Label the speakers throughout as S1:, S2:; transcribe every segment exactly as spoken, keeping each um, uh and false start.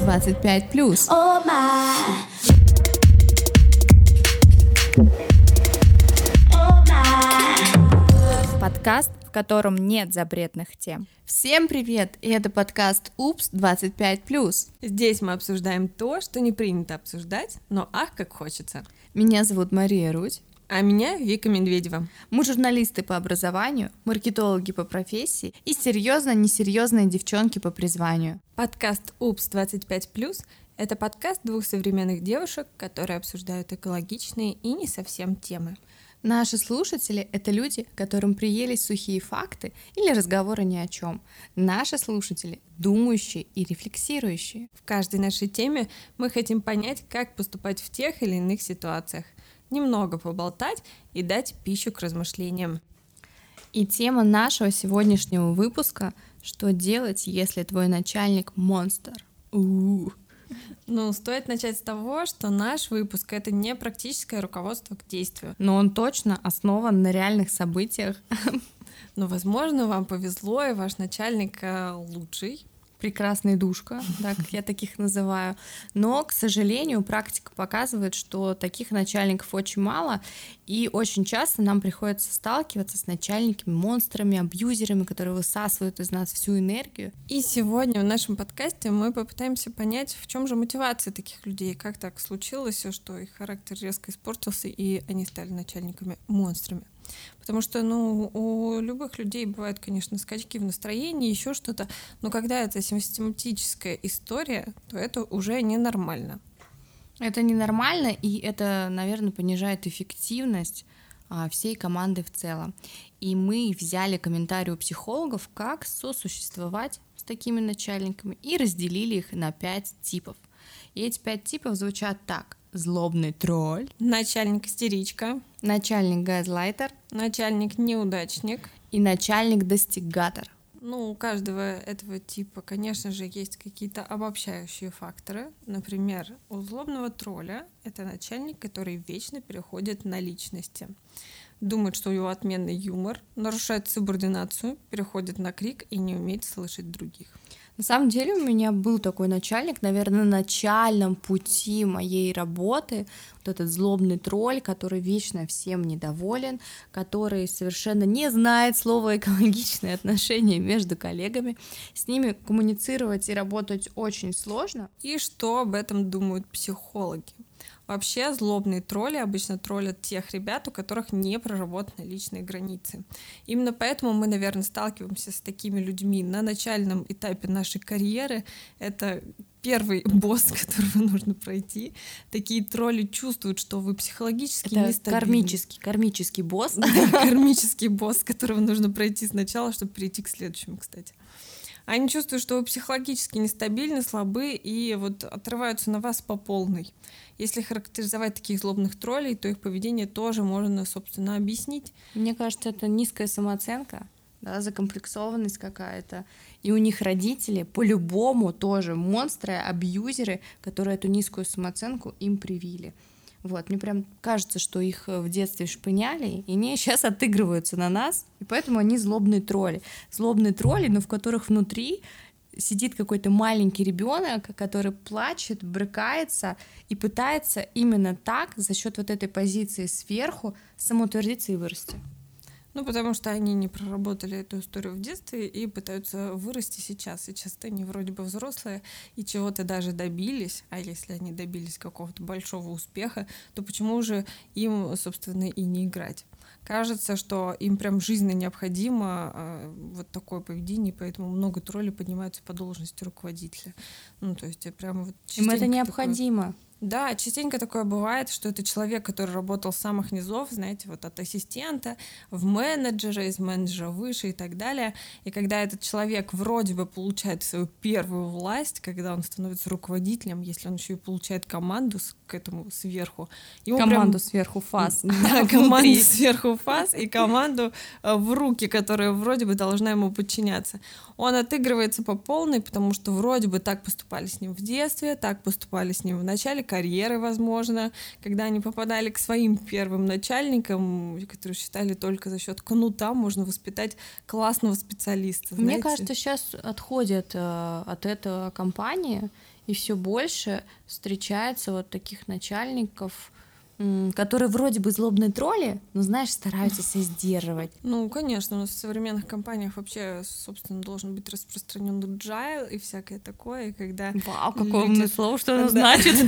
S1: двадцать пять плюс.
S2: Oh my. Oh my.
S3: Подкаст, в котором нет запретных тем.
S1: Всем привет! И это подкаст «Упс, двадцать пять плюс».
S4: Здесь мы обсуждаем то, что не принято обсуждать, но ах, как хочется.
S1: Меня зовут Мария Рудь.
S4: А меня Вика Медведева.
S1: Мы журналисты по образованию, маркетологи по профессии и серьезно-несерьезные девчонки по призванию.
S4: Подкаст «Упс, двадцать пять плюс» — это подкаст двух современных девушек, которые обсуждают экологичные и не совсем темы.
S1: Наши слушатели — это люди, которым приелись сухие факты или разговоры ни о чем. Наши слушатели — думающие и рефлексирующие.
S4: В каждой нашей теме мы хотим понять, как поступать в тех или иных ситуациях, немного поболтать и дать пищу к размышлениям.
S1: И тема нашего сегодняшнего выпуска — что делать, если твой начальник монстр? У-у-у.
S4: Ну, стоит начать с того, что наш выпуск — это не практическое руководство к действию.
S1: Но он точно основан на реальных событиях.
S4: Но, возможно, вам повезло, и ваш начальник лучший.
S1: Прекрасный душка, да, как я таких называю. Но, к сожалению, практика показывает, что таких начальников очень мало, и очень часто нам приходится сталкиваться с начальниками, монстрами, абьюзерами, которые высасывают из нас всю энергию.
S4: И сегодня в нашем подкасте мы попытаемся понять, в чем же мотивация таких людей, как так случилось, что их характер резко испортился, и они стали начальниками-монстрами. Потому что, ну, у любых людей бывают, конечно, скачки в настроении, еще что-то, но когда это систематическая история, то это уже ненормально.
S1: Это ненормально, и это, наверное, понижает эффективность а, всей команды в целом. И мы взяли комментарии у психологов, как сосуществовать с такими начальниками, и разделили их на пять типов. И эти пять типов звучат так: злобный тролль,
S4: Начальник-истеричка,
S1: начальник-газлайтер,
S4: начальник-неудачник
S1: и начальник-достигатор.
S4: Ну, у каждого этого типа, конечно же, есть какие-то обобщающие факторы. Например, у злобного тролля это начальник, который вечно переходит на личности. Думает, что у него отменный юмор, нарушает субординацию, переходит на крик и не умеет слышать других.
S1: На самом деле у меня был такой начальник, наверное, на начальном пути моей работы, вот этот злобный тролль, который вечно всем недоволен, который совершенно не знает слова экологичные отношения между коллегами, с ними коммуницировать и работать очень сложно.
S4: И что об этом думают психологи? Вообще злобные тролли обычно троллят тех ребят, у которых не проработаны личные границы. Именно поэтому мы, наверное, сталкиваемся с такими людьми на начальном этапе нашей карьеры. Это первый босс, которого нужно пройти. Такие тролли чувствуют, что вы психологически
S1: Это
S4: нестабильны.
S1: кармический, кармический босс.
S4: Да, кармический босс, которого нужно пройти сначала, чтобы перейти к следующему, кстати. Они чувствуют, что вы психологически нестабильны, слабы и вот отрываются на вас по полной. Если характеризовать таких злобных троллей, то их поведение тоже можно, собственно, объяснить.
S1: Мне кажется, это низкая самооценка, да, закомплексованность какая-то. И у них родители по-любому тоже монстры, абьюзеры, которые эту низкую самооценку им привили. Вот, мне прям кажется, что их в детстве шпыняли, и они сейчас отыгрываются на нас, и поэтому они злобные тролли. Злобные тролли, но в которых внутри сидит какой-то маленький ребенок, который плачет, брыкается и пытается именно так, за счет вот этой позиции сверху, самоутвердиться и вырасти.
S4: Ну, потому что они не проработали эту историю в детстве и пытаются вырасти сейчас. Сейчас они вроде бы взрослые и чего-то даже добились, а если они добились какого-то большого успеха, то почему же им, собственно, и не играть? Кажется, что им прям жизненно необходимо э, вот такое поведение, поэтому много троллей поднимаются по должности руководителя. Ну, то есть прям вот
S1: им это необходимо.
S4: Такое... Да, частенько такое бывает, что это человек, который работал с самых низов, знаете, вот от ассистента в менеджера, из менеджера выше и так далее. И когда этот человек вроде бы получает свою первую власть, когда он становится руководителем, если он еще и получает команду к этому сверху.
S1: Команду
S4: прям...
S1: сверху фас.
S4: Да, команду сверху фас и команду в руки, которая вроде бы должна ему подчиняться. Он отыгрывается по полной, потому что вроде бы так поступали с ним в детстве, так поступали с ним в начале карьеры, возможно, когда они попадали к своим первым начальникам, которые считали только за счет кнута можно воспитать классного специалиста.
S1: Мне
S4: знаете?
S1: кажется, сейчас отходят э, от этого компании И все больше встречается вот таких начальников, м, которые вроде бы злобные тролли, но, знаешь, стараются себя сдерживать.
S4: Ну, конечно, у нас в современных компаниях вообще, собственно, должен быть распространен agile и всякое такое, когда
S1: Вау, какое
S4: люди-
S1: умное слово, что оно
S4: Да.
S1: значит.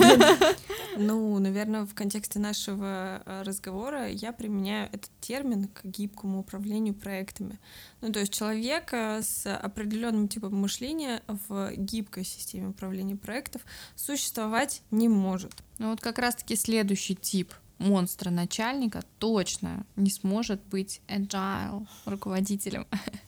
S4: Ну, наверное, в контексте нашего э, разговора я применяю этот термин к гибкому управлению проектами. Ну, то есть человек э, с определенным типом мышления в гибкой системе управления проектов существовать не может.
S1: Ну вот как раз-таки следующий тип монстра начальника точно не сможет быть agile руководителем.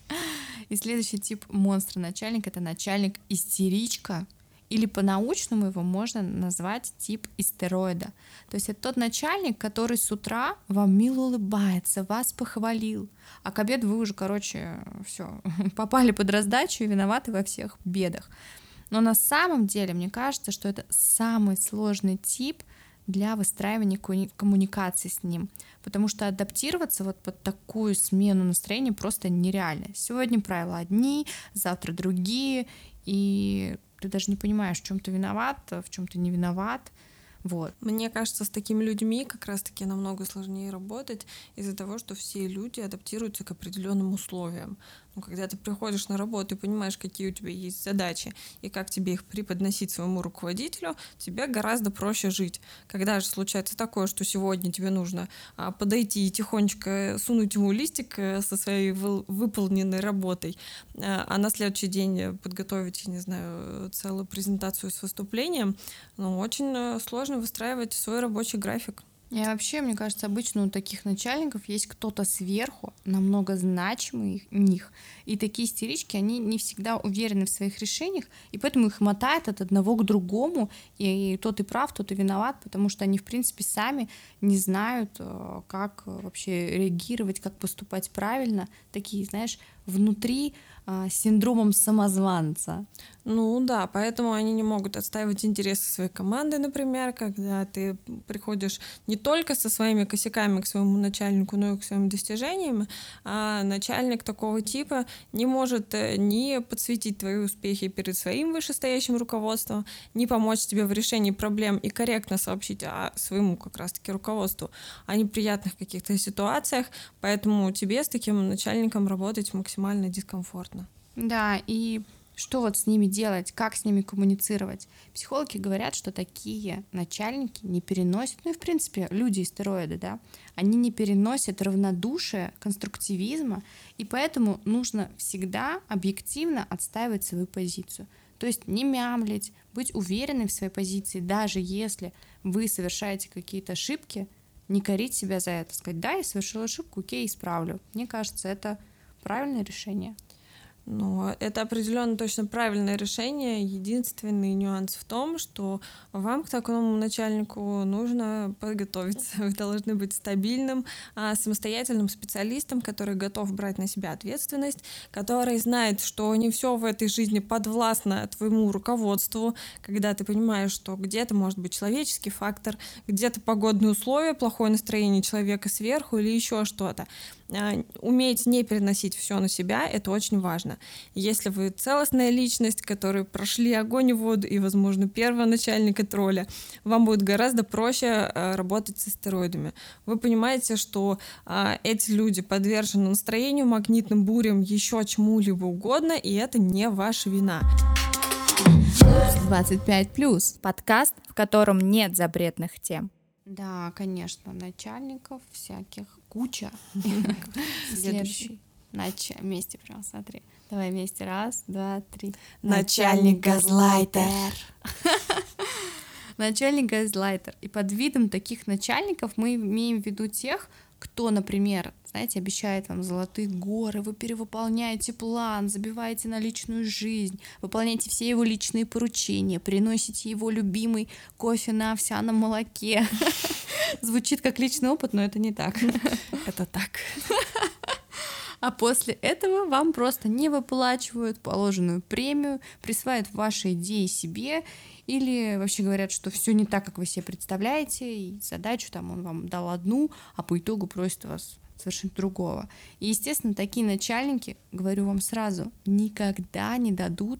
S1: И следующий тип монстра начальника — это начальник-истеричка, или по-научному его можно назвать тип истероида. То есть это тот начальник, который с утра вам мило улыбается, вас похвалил, а к обеду вы уже, короче, все, попали под раздачу и виноваты во всех бедах. Но на самом деле, мне кажется, что это самый сложный тип для выстраивания коммуни- коммуникации с ним, потому что адаптироваться вот под такую смену настроения просто нереально. Сегодня правила одни, завтра другие, и ты даже не понимаешь, в чем ты виноват, в чем ты не виноват. Вот.
S4: Мне кажется, с такими людьми как раз-таки намного сложнее работать из-за того, что все люди адаптируются к определенным условиям. Ну, когда ты приходишь на работу и понимаешь, какие у тебя есть задачи и как тебе их преподносить своему руководителю, тебе гораздо проще жить. Когда же случается такое, что сегодня тебе нужно а, подойти и тихонечко сунуть ему листик э, со своей вы- выполненной работой, а, а на следующий день подготовить, я не знаю, целую презентацию с выступлением, ну, очень э, сложно выстраивать свой рабочий график.
S1: И вообще, мне кажется, обычно у таких начальников есть кто-то сверху, намного значимый них. И такие истерички, они не всегда уверены в своих решениях, и поэтому их мотает от одного к другому, и тот и прав, тот и виноват, потому что они, в принципе, сами не знают, э, как вообще реагировать, как поступать правильно. Такие, знаешь, внутри э, с синдромом самозванца.
S4: Ну да, поэтому они не могут отстаивать интересы своей команды, например, когда ты приходишь не только со своими косяками к своему начальнику, но и к своим достижениям, а начальник такого типа не может э, ни подсветить твои успехи перед своим вышестоящим руководством, ни помочь тебе в решении проблем и корректно сообщить о своему как раз-таки руководству о неприятных каких-то ситуациях, поэтому тебе с таким начальником работать максимально дискомфортно.
S1: Да, и что вот с ними делать, как с ними коммуницировать? Психологи говорят, что такие начальники не переносят, ну и в принципе люди истероиды, да, они не переносят равнодушия, конструктивизма, и поэтому нужно всегда объективно отстаивать свою позицию. То есть не мямлить, быть уверенным в своей позиции, даже если вы совершаете какие-то ошибки, не корить себя за это, сказать: да, я совершила ошибку, окей, исправлю. Мне кажется, это правильное решение.
S4: Ну, это определенно точно правильное решение. Единственный нюанс в том, что вам к такому начальнику нужно подготовиться. Вы должны быть стабильным, а, самостоятельным специалистом, который готов брать на себя ответственность, который знает, что не все в этой жизни подвластно твоему руководству, когда ты понимаешь, что где-то может быть человеческий фактор, где-то погодные условия, плохое настроение человека сверху или еще что-то. Уметь не переносить все на себя — это очень важно. Если вы целостная личность, которые прошли огонь и воду, и, возможно, первого начальника тролля, вам будет гораздо проще работать с астероидами. Вы понимаете, что эти люди подвержены настроению, магнитным бурям, еще чему-либо угодно, и это не ваша вина.
S1: двадцать пять плюс.
S3: Подкаст, в котором нет запретных тем.
S1: Да, конечно, начальников всяких куча. Следующий. Нач... Вместе прям, смотри. Давай вместе. Раз, два, три.
S4: Начальник газлайтер.
S1: Начальник газлайтер. И под видом таких начальников мы имеем в виду тех, кто, например, знаете, обещает вам золотые горы, вы перевыполняете план, забиваете на личную жизнь, выполняете все его личные поручения, приносите его любимый кофе на овсяном молоке. Звучит как личный опыт, но это не так.
S4: Это так.
S1: А после этого вам просто не выплачивают положенную премию, присваивают ваши идеи себе, или вообще говорят, что все не так, как вы себе представляете, и задачу там он вам дал одну, а по итогу просит вас совершенно другого. И, естественно, такие начальники, говорю вам сразу, никогда не дадут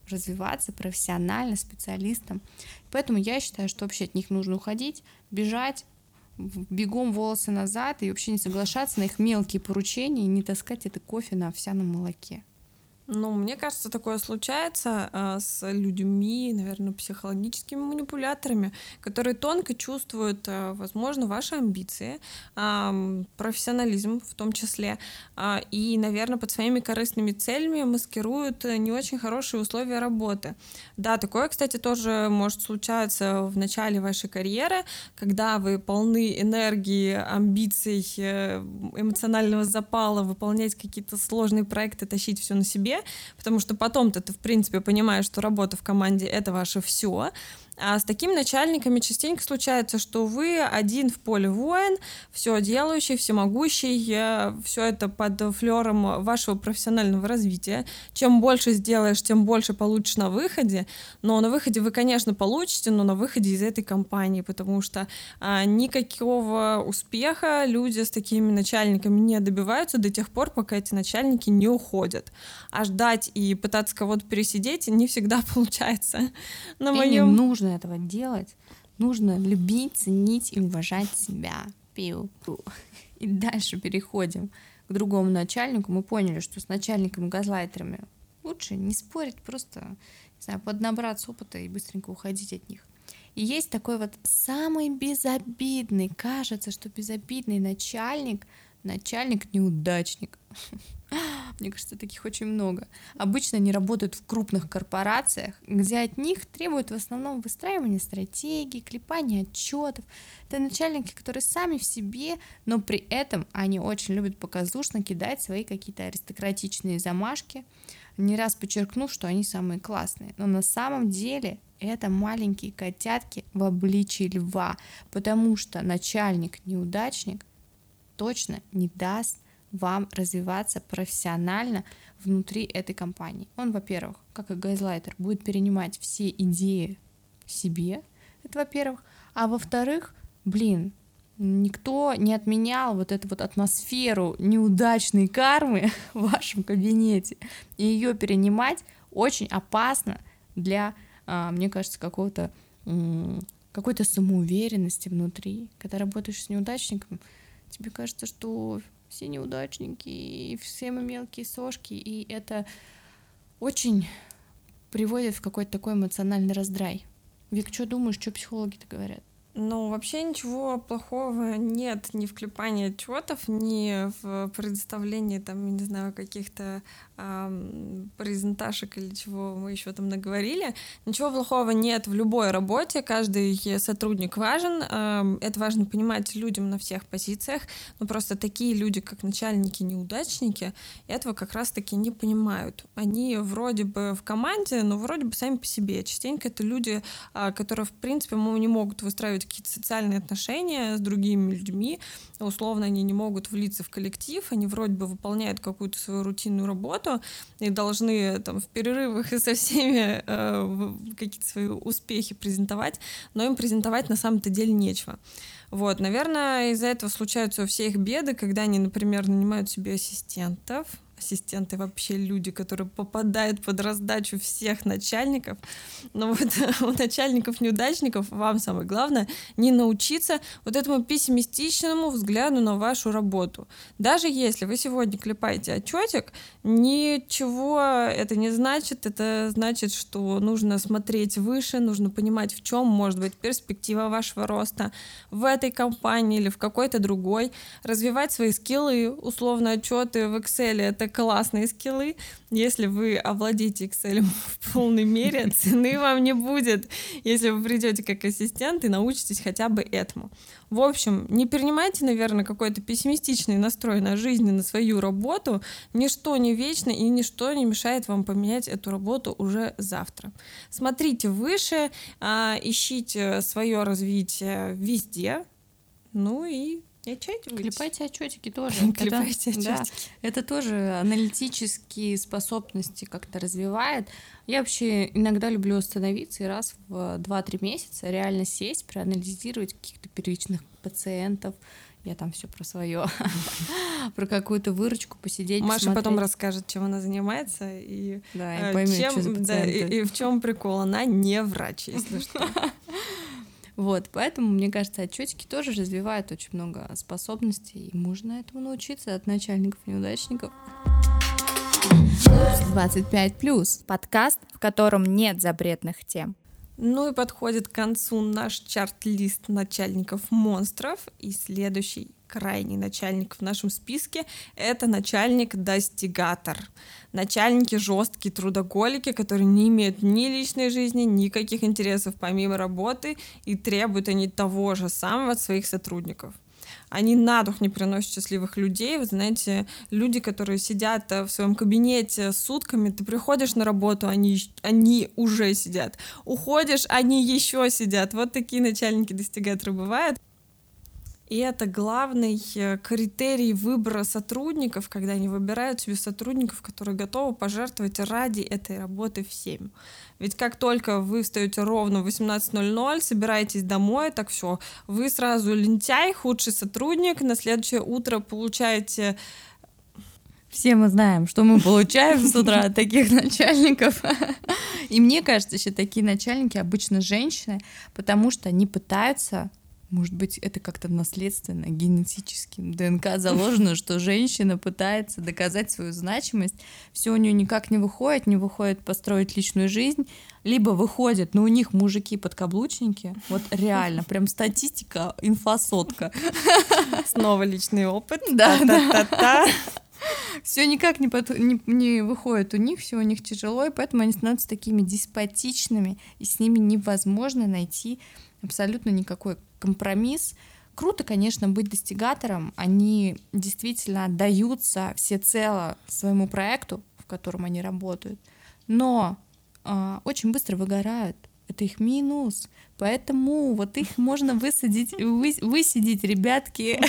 S1: развиваться профессионально, специалистом. Поэтому я считаю, что вообще от них нужно уходить, бежать, бегом волосы назад и вообще не соглашаться на их мелкие поручения и не таскать это кофе на овсяном молоке.
S4: Ну, мне кажется, такое случается а, с людьми, наверное, психологическими манипуляторами, которые тонко чувствуют, а, возможно, ваши амбиции, а, профессионализм в том числе, а, и, наверное, под своими корыстными целями маскируют не очень хорошие условия работы. Да, такое, кстати, тоже может случаться в начале вашей карьеры, когда вы полны энергии, амбиций, эмоционального запала, выполнять какие-то сложные проекты, тащить все на себе, потому что потом-то ты, в принципе, понимаешь, что работа в команде — это ваше все. А с такими начальниками частенько случается, что вы один в поле воин, все делающий, всемогущий, все это под флером вашего профессионального развития. Чем больше сделаешь, тем больше получишь на выходе. Но на выходе вы, конечно, получите, но на выходе из этой компании, потому что а, никакого успеха люди с такими начальниками не добиваются до тех пор, пока эти начальники не уходят. А ждать и пытаться кого-то пересидеть не всегда получается. На
S1: И
S4: моем...
S1: не нужно этого делать. Нужно любить, ценить и уважать себя. Пиу. И дальше переходим к другому начальнику. Мы поняли, что с начальниками-газлайтерами лучше не спорить, просто, не знаю, поднабраться опыта и быстренько уходить от них. И есть такой вот самый безобидный, кажется, что безобидный начальник, начальник-неудачник. Мне кажется, таких очень много. Обычно они работают в крупных корпорациях, где от них требуют в основном выстраивания стратегий, клепания отчетов. Это начальники, которые сами в себе, но при этом они очень любят показушно кидать свои какие-то аристократичные замашки, не раз подчеркнув, что они самые классные. Но на самом деле это маленькие котятки в обличии льва, потому что начальник-неудачник точно не даст вам развиваться профессионально внутри этой компании. Он, во-первых, как и газлайтер, будет перенимать все идеи себе, это во-первых, а во-вторых, блин, никто не отменял вот эту вот атмосферу неудачной кармы в вашем кабинете, и ее перенимать очень опасно для, мне кажется, какого-то какой-то самоуверенности внутри. Когда работаешь с неудачником, тебе кажется, что все неудачники, и все мы мелкие сошки, и это очень приводит в какой-то такой эмоциональный раздрай. Вик, что думаешь, что психологи-то говорят?
S4: Ну, вообще ничего плохого нет ни в клепании отчетов, ни в предоставлении, там, я не знаю, каких-то эм, презентажек или чего мы еще там наговорили. Ничего плохого нет в любой работе, каждый сотрудник важен. Эм, это важно понимать людям на всех позициях, но просто такие люди, как начальники-неудачники, этого как раз-таки не понимают. Они вроде бы в команде, но вроде бы сами по себе. Частенько это люди, э, которые, в принципе, не могут выстраивать какие-то социальные отношения с другими людьми, условно они не могут влиться в коллектив, они вроде бы выполняют какую-то свою рутинную работу и должны там в перерывах и со всеми э, какие-то свои успехи презентовать, но им презентовать на самом-то деле нечего. Вот, наверное, из-за этого случаются у всех беды, когда они, например, нанимают себе ассистентов. Ассистенты вообще люди, которые попадают под раздачу всех начальников. Но вот у начальников-неудачников вам самое главное не научиться вот этому пессимистичному взгляду на вашу работу. Даже если вы сегодня клепаете отчетик, ничего это не значит. Это значит, что нужно смотреть выше, нужно понимать, в чем может быть перспектива вашего роста в этой компании или в какой-то другой, развивать свои скиллы, условно отчеты в Excel — это классные скиллы. Если вы овладеете Excel в полной мере, цены вам не будет, если вы придете как ассистент и научитесь хотя бы этому. В общем, не перенимайте, наверное, какой-то пессимистичный настрой на жизнь и на свою работу. Ничто не вечно и ничто не мешает вам поменять эту работу уже завтра. Смотрите выше, ищите свое развитие везде, ну и
S1: Клепайте отчетики тоже.
S4: Клепайте
S1: это,
S4: отчетики.
S1: Да, это тоже аналитические способности как-то развивает. Я вообще иногда люблю остановиться и раз в два-три месяца реально сесть, проанализировать каких-то первичных пациентов. Я там все про свое про какую-то выручку посидеть,
S4: Маша
S1: посмотреть.
S4: потом расскажет, чем она занимается и,
S1: Да, и
S4: э,
S1: поймёт,
S4: чем,
S1: что за
S4: да, и,
S1: пациенты.
S4: и в чем прикол. Она не врач, если что.
S1: Вот, поэтому, мне кажется, отчетики тоже развивают очень много способностей, и можно этому научиться от начальников-неудачников. двадцать пять плюс.
S3: Подкаст, в котором нет запретных тем.
S4: Ну и подходит к концу наш чарт-лист начальников-монстров. И следующий крайний начальник в нашем списке — это начальник-достигатор. Начальники жесткие трудоголики, которые не имеют ни личной жизни, никаких интересов помимо работы, и требуют они того же самого от своих сотрудников. Они на дух не приносят счастливых людей. Вы знаете, люди, которые сидят в своем кабинете сутками, ты приходишь на работу, они, они уже сидят. Уходишь, они еще сидят. Вот такие начальники-достигаторы бывают. И это главный критерий выбора сотрудников, когда они выбирают себе сотрудников, которые готовы пожертвовать ради этой работы всем. Ведь как только вы встаете ровно в восемнадцать ноль ноль, собираетесь домой, так все, вы сразу лентяй, худший сотрудник, на следующее утро получаете...
S1: Все мы знаем, что мы получаем с утра от таких начальников. И мне кажется, что такие начальники обычно женщины, потому что они пытаются... Может быть, это как-то наследственно, генетически, ДНК заложено, что женщина пытается доказать свою значимость, все у нее никак не выходит, не выходит построить личную жизнь, либо выходит, но у них мужики подкаблучники, вот реально, прям статистика, инфосотка.
S4: Снова личный опыт.
S1: Да, да. Все никак не, под, не, не выходит у них, все у них тяжело, и поэтому они становятся такими деспотичными, и с ними невозможно найти абсолютно никакой компромисс. Круто, конечно, быть достигатором, они действительно отдаются всецело своему проекту, в котором они работают, но э, очень быстро выгорают, это их минус, поэтому вот их можно высадить, вы, высидеть, ребятки.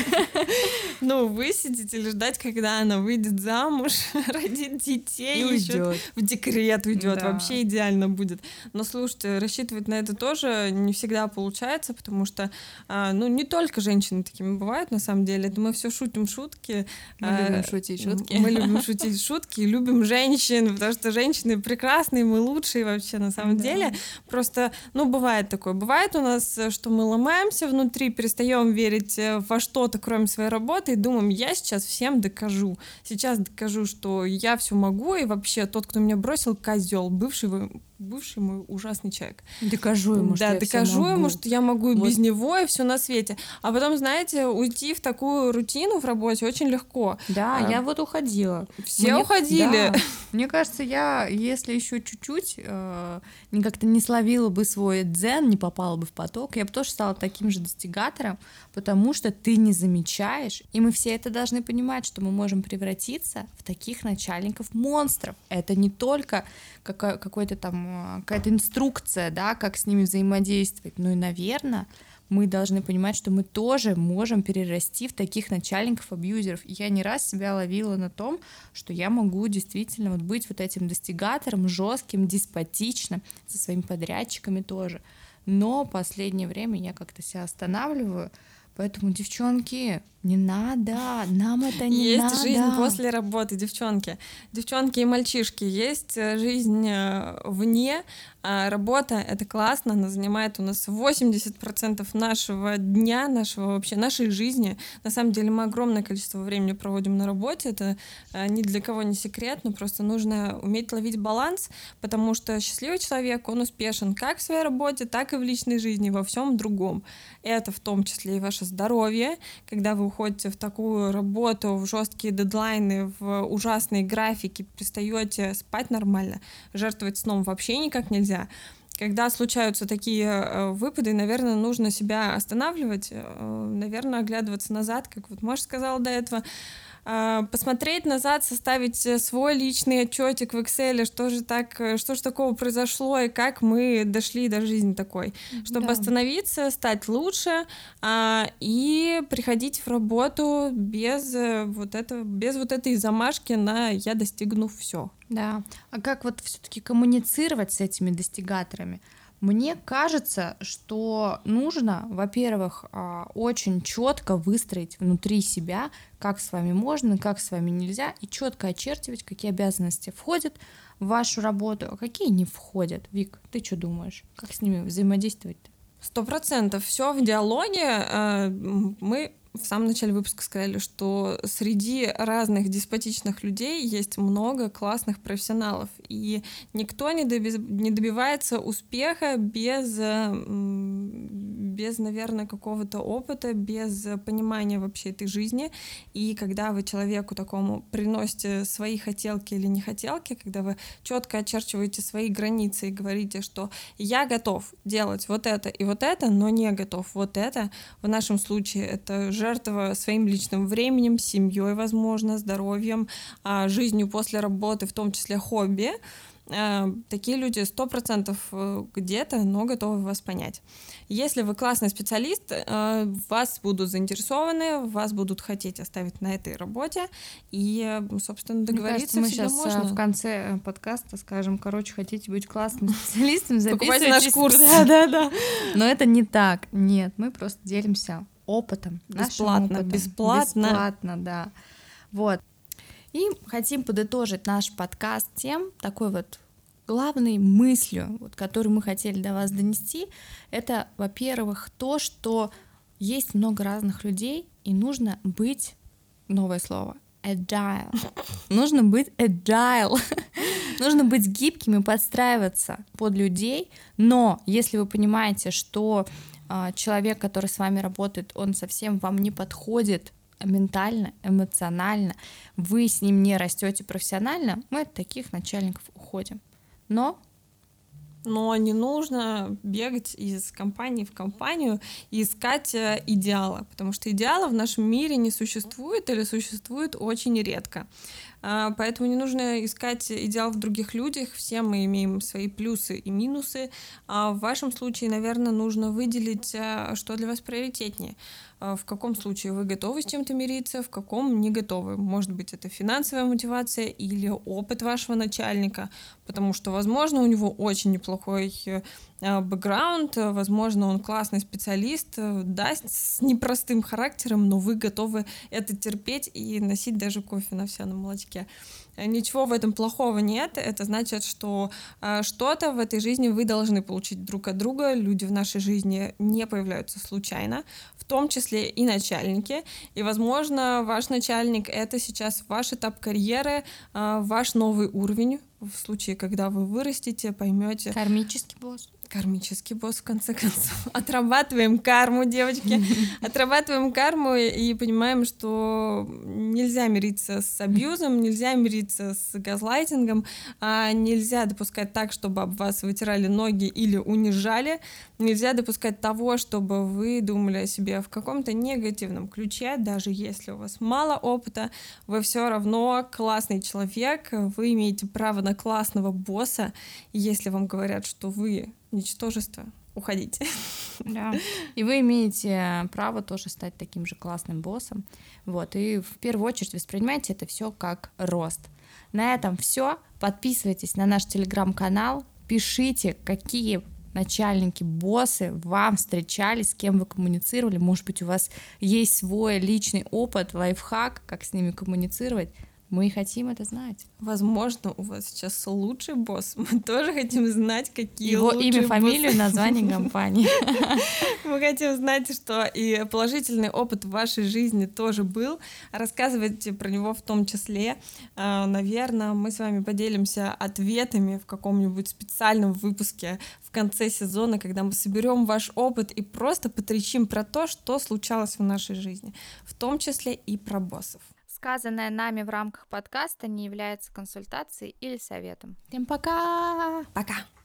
S4: Ну, высидеть или ждать, когда она выйдет замуж, родит детей,
S1: И уйдет.
S4: В декрет уйдет,
S1: Да.
S4: вообще идеально будет. Но слушайте, рассчитывать на это тоже не всегда получается, потому что, а, ну, не только женщины такими бывают, на самом деле. Это мы все шутим шутки.
S1: Мы
S4: а,
S1: любим шутить шутки.
S4: Мы любим шутить шутки и любим женщин, потому что женщины прекрасные, мы лучшие вообще на самом
S1: Да.
S4: деле. Просто, ну, бывает такое. Бывает у нас, что мы ломаемся внутри, перестаем верить во что-то, кроме своей работы, и думаем, я сейчас всем докажу. Сейчас докажу, что я все могу, и вообще тот, кто меня бросил, козел, бывший, вы- бывший мой ужасный человек.
S1: Докажу ему, что
S4: Да,
S1: я всё
S4: докажу ему,
S1: могу.
S4: что я могу и
S1: Вот.
S4: без него, и все на свете. А потом, знаете, уйти в такую рутину в работе очень легко.
S1: Да,
S4: А,
S1: я вот уходила.
S4: Все
S1: Мне-
S4: уходили.
S1: да. Мне кажется, я, если еще чуть-чуть э, не как-то не словила бы свой дзен, не попала бы в поток, я бы тоже стала таким же достигатором, потому что ты не замечаешь, и мы все это должны понимать, что мы можем превратиться в таких начальников-монстров. Это не только какая- какой-то там э, какая-то инструкция, да, как с ними взаимодействовать, но и, наверное, мы должны понимать, что мы тоже можем перерасти в таких начальников-абьюзеров. И я не раз себя ловила на том, что я могу действительно вот быть вот этим достигатором, жестким, деспотичным, со своими подрядчиками тоже. Но последнее время я как-то себя останавливаю, поэтому, девчонки, не надо, нам это не
S4: Есть
S1: надо.
S4: жизнь после работы, девчонки. Девчонки и мальчишки, есть э, жизнь э, вне. А работа — это классно, она занимает у нас восемьдесят процентов нашего дня, нашего вообще, нашей жизни. На самом деле мы огромное количество времени проводим на работе, это э, ни для кого не секрет, но просто нужно уметь ловить баланс, потому что счастливый человек, он успешен как в своей работе, так и в личной жизни, во всем другом. Это в том числе и ваше здоровье, когда вы уходите в такую работу, в жесткие дедлайны, в ужасные графики, перестаете спать нормально, жертвовать сном вообще никак нельзя. Когда случаются такие э, выпады, наверное, нужно себя останавливать, э, наверное, оглядываться назад, как вот Маша сказала до этого, э, посмотреть назад, составить свой личный отчетик в Excel, что же так, что же такого произошло и как мы дошли до жизни такой, чтобы
S1: Да.
S4: остановиться, стать лучше а, и приходить в работу без э, вот этого, без вот этой замашки на «я достигну все».
S1: Да. А как вот все-таки коммуницировать с этими достигаторами? Мне кажется, что нужно, во-первых, а, очень четко выстроить внутри себя, как с вами можно, как с вами нельзя, и четко очерчивать, какие обязанности входят в вашу работу, а какие не входят. Вик, ты что думаешь? Как с ними взаимодействовать-то?
S4: Сто процентов. Все в диалоге. Э, Мы в самом начале выпуска сказали, что среди разных деспотичных людей есть много классных профессионалов, и никто не, доби- не добивается успеха без, э, м, без, наверное, какого-то опыта, без понимания вообще этой жизни. И когда вы человеку такому приносите свои хотелки или не хотелки, когда вы четко очерчиваете свои границы и говорите, что я готов делать вот это и вот это, но не готов вот это, в нашем случае это жертва своим личным временем, семьей, возможно, здоровьем, а, жизнью после работы, в том числе хобби. А, Такие люди сто процентов где-то, но готовы вас понять. Если вы классный специалист, а, вас будут заинтересованы, вас будут хотеть оставить на этой работе, и, собственно, договориться
S1: Мне кажется, мы
S4: всегда
S1: сейчас
S4: можно.
S1: в конце э, подкаста скажем, короче, хотите быть классным специалистом,
S4: Покупайте наш
S1: записывайтесь.
S4: курс.
S1: Да, да, да. Но это не так. Нет, мы просто делимся опытом. нашим
S4: Бесплатно,
S1: опытом.
S4: бесплатно.
S1: Бесплатно, да. Вот. И хотим подытожить наш подкаст тем, такой вот главной мыслью, вот, которую мы хотели до вас донести, это, во-первых, то, что есть много разных людей, и нужно быть, новое слово, agile. Нужно быть agile. Нужно быть гибким и подстраиваться под людей, но если вы понимаете, что а, человек, который с вами работает, он совсем вам не подходит ментально, эмоционально, вы с ним не растете профессионально, мы от таких начальников уходим. Но
S4: Но не нужно бегать из компании в компанию и искать э, идеала, потому что идеала в нашем мире не существует или существует очень редко. А, Поэтому не нужно искать идеал в других людях, все мы имеем свои плюсы и минусы. А в вашем случае, наверное, нужно выделить, а, что для вас приоритетнее. А В каком случае вы готовы с чем-то мириться, в каком не готовы. Может быть, это финансовая мотивация или опыт вашего начальника, потому что, возможно, у него очень неплохой э, бэкграунд, э, возможно, он классный специалист, э, да, с непростым характером, но вы готовы это терпеть и носить даже кофе на овсяном молочке. Э, Ничего в этом плохого нет, это значит, что э, что-то в этой жизни вы должны получить друг от друга, люди в нашей жизни не появляются случайно, в том числе и начальники, и, возможно, ваш начальник — это сейчас ваш этап карьеры, э, ваш новый уровень, в случае, когда вы вырастете, поймете.
S1: кармический босс.
S4: Кармический босс, в конце концов. Отрабатываем карму, девочки. Отрабатываем карму и понимаем, что нельзя мириться с абьюзом, нельзя мириться с газлайтингом, а нельзя допускать так, чтобы об вас вытирали ноги или унижали. Нельзя допускать того, чтобы вы думали о себе в каком-то негативном ключе, даже если у вас мало опыта, вы все равно классный человек, вы имеете право на классного босса, и если вам говорят, что вы ничтожество, уходите.
S1: Да. И вы имеете право тоже стать таким же классным боссом. Вот. И в первую очередь воспринимайте это все как рост. На этом все. Подписывайтесь на наш телеграм-канал, пишите, какие начальники, боссы вам встречались, с кем вы коммуницировали. Может быть, у вас есть свой личный опыт, лайфхак, как с ними коммуницировать. Мы хотим это знать.
S4: Возможно, у вас сейчас лучший босс. Мы тоже хотим знать, какие
S1: Его
S4: лучшие
S1: имя,
S4: боссы.
S1: фамилию, название компании.
S4: Мы хотим знать, что и положительный опыт в вашей жизни тоже был. Рассказывайте про него в том числе. А, Наверное, мы с вами поделимся ответами в каком-нибудь специальном выпуске в конце сезона, когда мы соберем ваш опыт и просто потрещим про то, что случалось в нашей жизни, в том числе и про боссов.
S3: Сказанное нами в рамках подкаста не является консультацией или советом.
S1: Всем пока!
S4: Пока!